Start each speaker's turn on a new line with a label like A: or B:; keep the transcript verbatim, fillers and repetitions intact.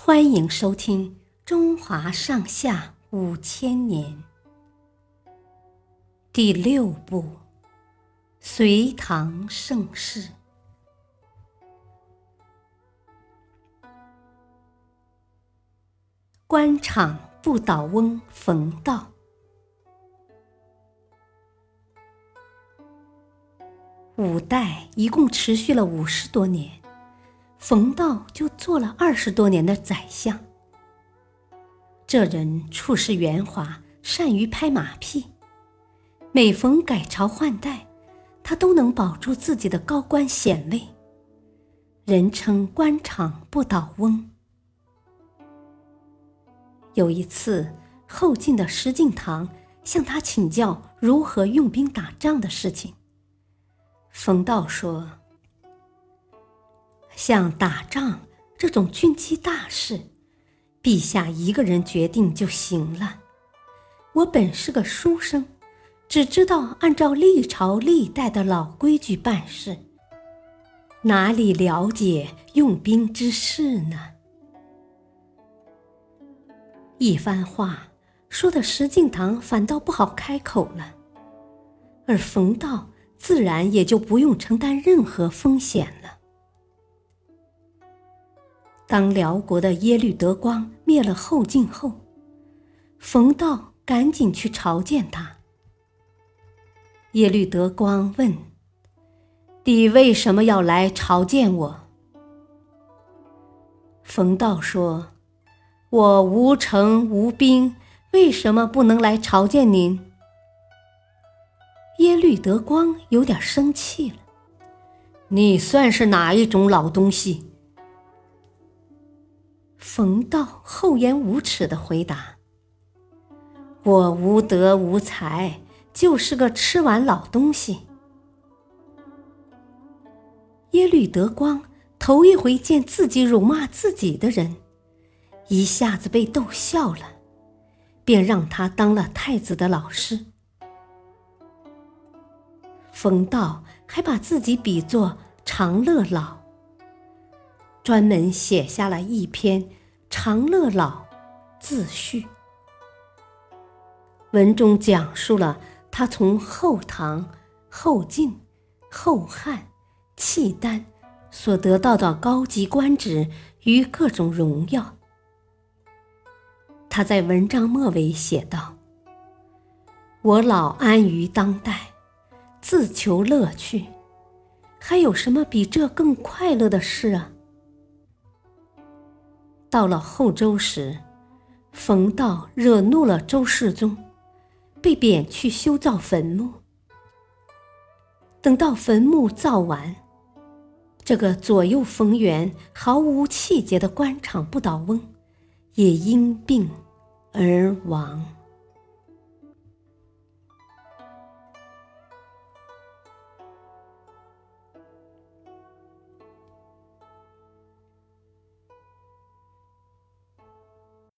A: 欢迎收听《中华上下五千年》第六部《隋唐盛世》。官场不倒翁冯道。五代一共持续了五十多年，冯道就做了二十多年的宰相。这人处事圆滑，善于拍马屁，每逢改朝换代，他都能保住自己的高官显位，人称官场不倒翁。有一次，后晋的石敬瑭向他请教如何用兵打仗的事情。冯道说，像打仗这种军机大事，陛下一个人决定就行了。我本是个书生，只知道按照历朝历代的老规矩办事，哪里了解用兵之事呢？一番话说的石敬瑭反倒不好开口了，而冯道自然也就不用承担任何风险了。当辽国的耶律德光灭了后晋后，冯道赶紧去朝见他。耶律德光问：你为什么要来朝见我？冯道说：我无城无兵，为什么不能来朝见您？耶律德光有点生气了：你算是哪一种老东西？冯道厚颜无耻地回答：我无德无才，就是个吃碗老东西。耶律德光头一回见自己辱骂自己的人，一下子被逗笑了，便让他当了太子的老师。冯道还把自己比作长乐老，专门写下了一篇《长乐老自序》，文中讲述了他从后唐、后晋、后汉、契丹所得到的高级官职与各种荣耀。他在文章末尾写道：我老安于当代，自求乐趣，还有什么比这更快乐的事啊？到了后周时，冯道惹怒了周世宗，被贬去修造坟墓。等到坟墓造完，这个左右逢源、毫无气节的官场不倒翁也因病而亡。